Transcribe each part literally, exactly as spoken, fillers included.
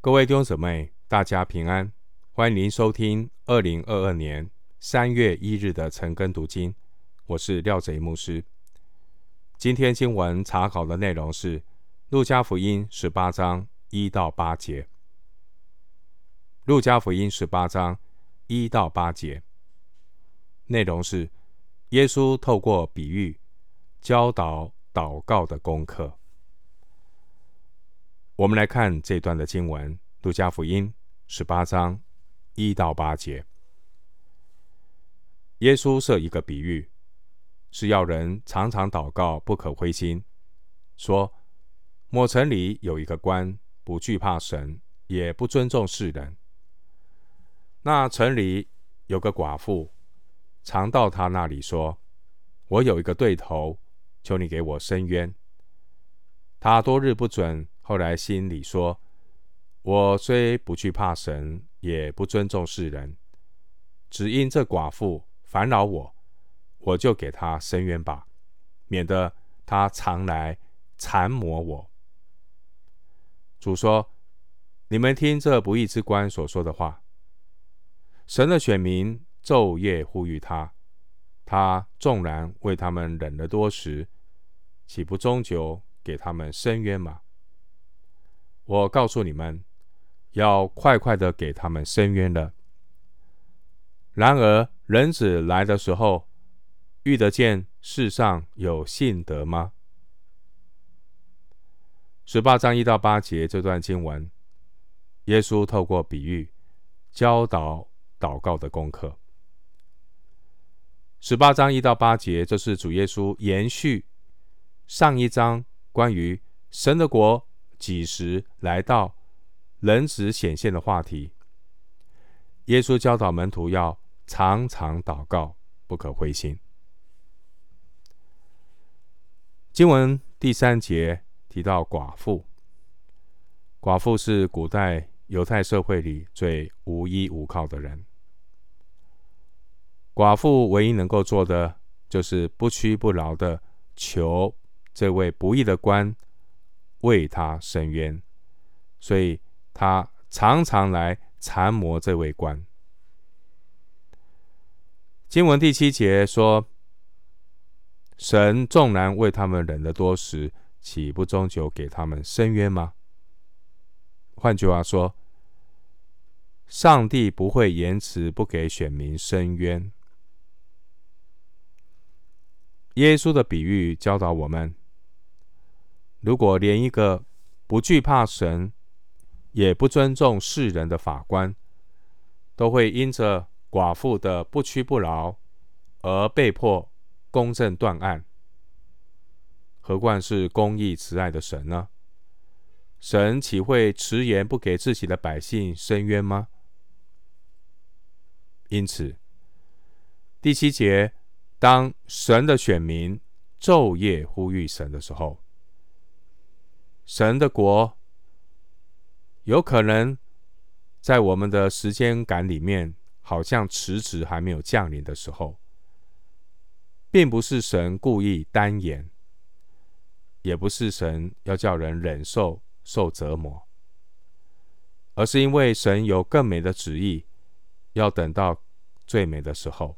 各位弟兄姊妹，大家平安，欢迎您收听二零二二年三月一日的晨更读经，我是廖贼牧师。今天经文查考的内容是路加福音十八章一到八节。路加福音十八章一到八节，内容是耶稣透过比喻教导祷告的功课。我们来看这段的经文，路加福音十八章一到八节。耶稣设一个比喻，是要人常常祷告，不可灰心，说某城里有一个官，不惧怕神，也不尊重世人。那城里有个寡妇，常到他那里说，我有一个对头，求你给我伸冤。他多日不准，后来心里说，我虽不惧怕神，也不尊重世人，只因这寡妇烦扰我，我就给他伸冤吧，免得他常来缠磨我。主说，你们听这不义之官所说的话。神的选民昼夜呼吁他，他纵然为他们忍了多时，岂不终究给他们伸冤吗？我告诉你们，要快快的给他们伸冤了。然而人子来的时候，遇得见世上有信德吗？十八章一到八节这段经文，耶稣透过比喻教导祷告的功课。十八章一到八节，这是主耶稣延续上一章关于神的国几时来到、人子显现的话题。耶稣教导门徒要常常祷告，不可灰心。经文第三节提到寡妇，寡妇是古代犹太社会里最无依无靠的人。寡妇唯一能够做的，就是不屈不挠的求这位不义的官为他伸冤，所以他常常来缠磨这位官。经文第七节说，神纵然为他们忍了多时，岂不终究给他们伸冤吗？换句话说，上帝不会延迟不给选民伸冤。耶稣的比喻教导我们，如果连一个不惧怕神也不尊重世人的法官，都会因着寡妇的不屈不挠而被迫公正断案，何况是公义慈爱的神呢？神岂会迟延不给自己的百姓伸冤吗？因此第七节，当神的选民昼夜呼吁神的时候，神的国有可能在我们的时间感里面好像迟迟还没有降临的时候，并不是神故意单延，也不是神要叫人忍受受折磨，而是因为神有更美的旨意，要等到最美的时候。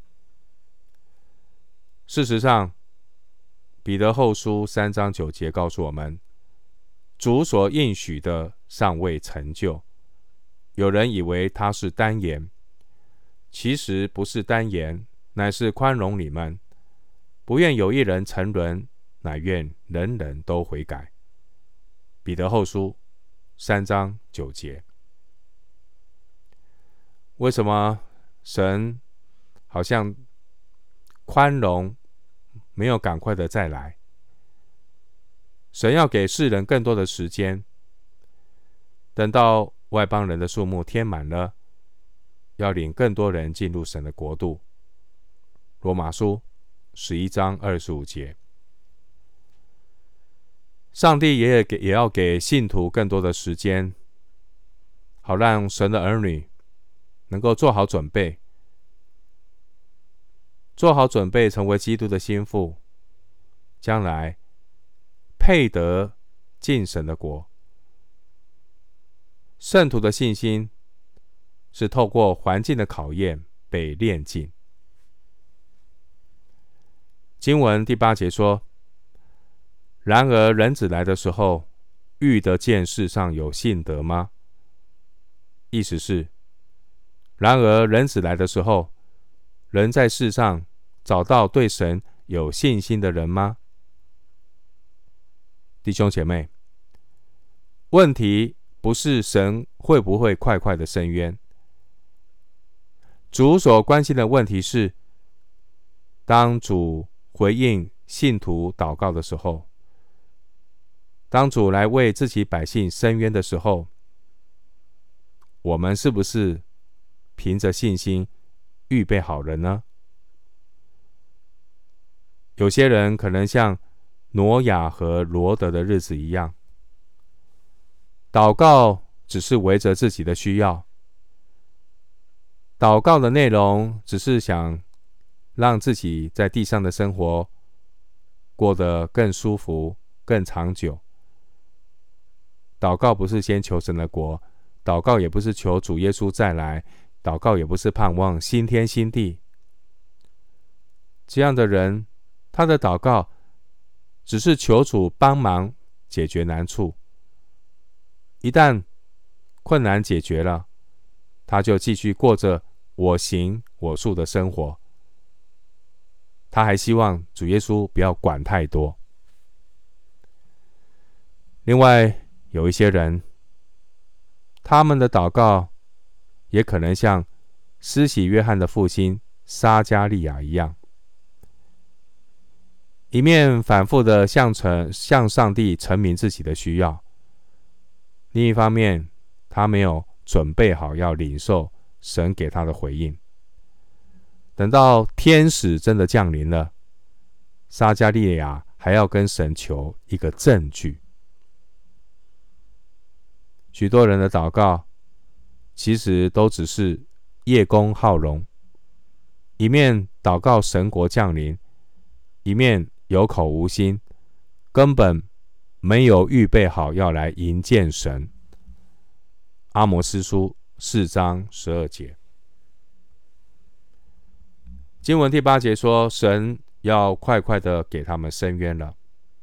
事实上，彼得后书三章九节告诉我们，主所应许的尚未成就。有人以为他是单言，其实不是单言，乃是宽容你们，不愿有一人沉沦，乃愿人人都悔改。彼得后书三章九节。为什么神好像宽容，没有赶快的再来？神要给世人更多的时间，等到外邦人的数目填满了，要领更多人进入神的国度。罗马书十一章二十五节。上帝也给也要给信徒更多的时间，好让神的儿女能够做好准备，做好准备成为基督的心腹，将来配得进神的国。 圣徒的信心是透过环境的考验被炼净。经文第八节说：然而人子来的时候，遇得见世上有信德吗？意思是，然而人子来的时候，人在世上找到对神有信心的人吗？弟兄姐妹，问题不是神会不会快快的伸冤，主所关心的问题是，当主回应信徒祷告的时候，当主来为自己百姓伸冤的时候，我们是不是凭着信心预备好了呢？有些人可能像挪亚和罗得的日子一样，祷告只是围着自己的需要，祷告的内容只是想让自己在地上的生活过得更舒服、更长久。祷告不是先求神的国，祷告也不是求主耶稣再来，祷告也不是盼望新天新地。这样的人，他的祷告只是求主帮忙解决难处，一旦困难解决了，他就继续过着我行我素的生活。他还希望主耶稣不要管太多。另外有一些人，他们的祷告也可能像施洗约翰的父亲撒迦利亚一样，一面反复的向成向上帝陈明自己的需要，另一方面他没有准备好要领受神给他的回应。等到天使真的降临了，撒迦利亚还要跟神求一个证据。许多人的祷告其实都只是叶公好龙，一面祷告神国降临，一面有口无心，根本没有预备好要来迎见神。阿摩司书四章十二节。经文第八节说，神要快快的给他们伸冤了。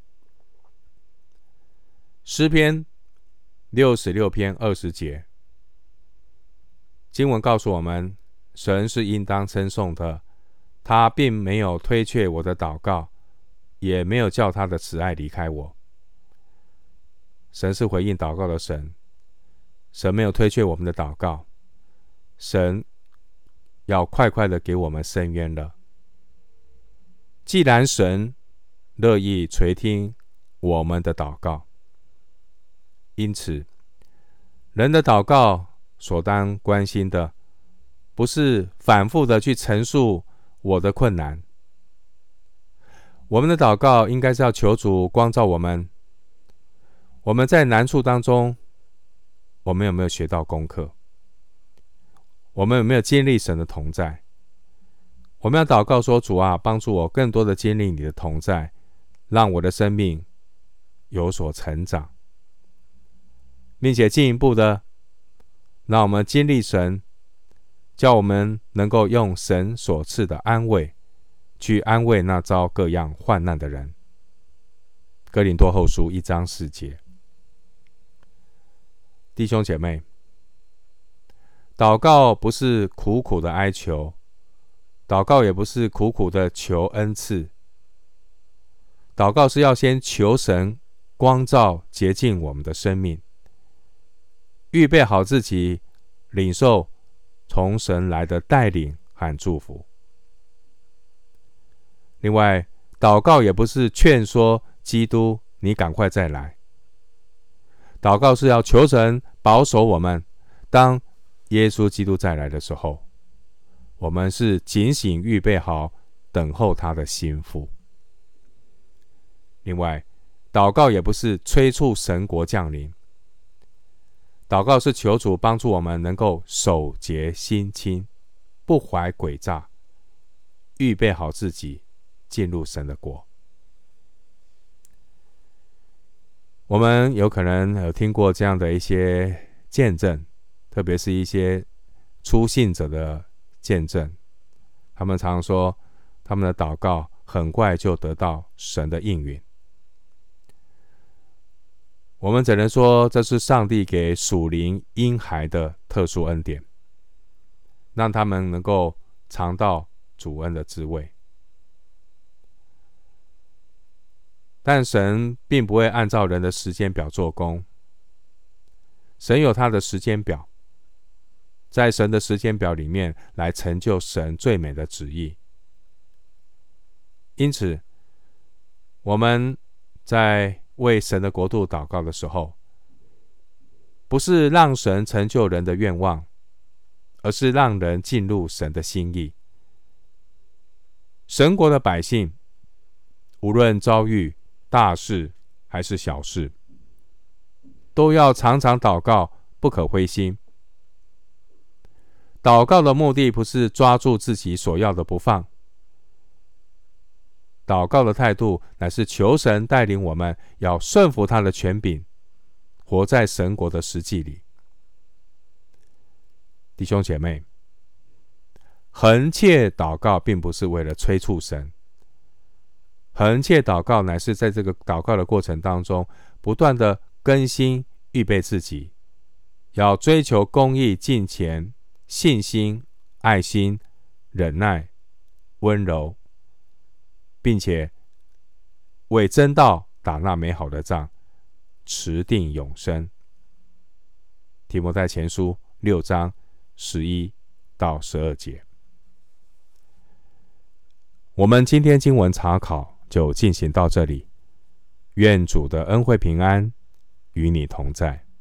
诗篇六十六篇二十节，经文告诉我们，神是应当称颂的，他并没有推却我的祷告，也没有叫他的慈爱离开我。神是回应祷告的神，神没有推却我们的祷告，神要快快的给我们伸冤了。既然神乐意垂听我们的祷告，因此人的祷告所当关心的，不是反复的去陈述我的困难。我们的祷告应该是要求主光照我们，我们在难处当中，我们有没有学到功课？我们有没有经历神的同在？我们要祷告说，主啊，帮助我更多的经历你的同在，让我的生命有所成长，并且进一步的让我们经历神，叫我们能够用神所赐的安慰去安慰那遭各样患难的人。哥林多后书一章四节。弟兄姐妹，祷告不是苦苦的哀求，祷告也不是苦苦的求恩赐，祷告是要先求神光照洁净我们的生命，预备好自己领受从神来的带领和祝福。另外，祷告也不是劝说基督你赶快再来，祷告是要求神保守我们，当耶稣基督再来的时候，我们是警醒预备好等候他的心腹。另外，祷告也不是催促神国降临，祷告是求主帮助我们能够守节心清，不怀诡诈，预备好自己进入神的国。我们有可能有听过这样的一些见证，特别是一些初信者的见证，他们常说他们的祷告很快就得到神的应允。我们只能说这是上帝给属灵婴孩的特殊恩典，让他们能够尝到主恩的滋味。但神并不会按照人的时间表做工，神有他的时间表，在神的时间表里面来成就神最美的旨意。因此，我们在为神的国度祷告的时候，不是让神成就人的愿望，而是让人进入神的心意。神国的百姓，无论遭遇大事还是小事，都要常常祷告，不可灰心。祷告的目的不是抓住自己所要的不放，祷告的态度乃是求神带领我们，要顺服他的权柄，活在神国的实际里。弟兄姐妹，恒切祷告并不是为了催促神，恒切祷告乃是在这个祷告的过程当中，不断的更新预备自己，要追求公义、敬虔、信心、爱心、忍耐、温柔，并且为真道打那美好的仗，持定永生。提摩太前书六章十一到十二节。我们今天经文查考就进行到这里，愿主的恩惠平安与你同在。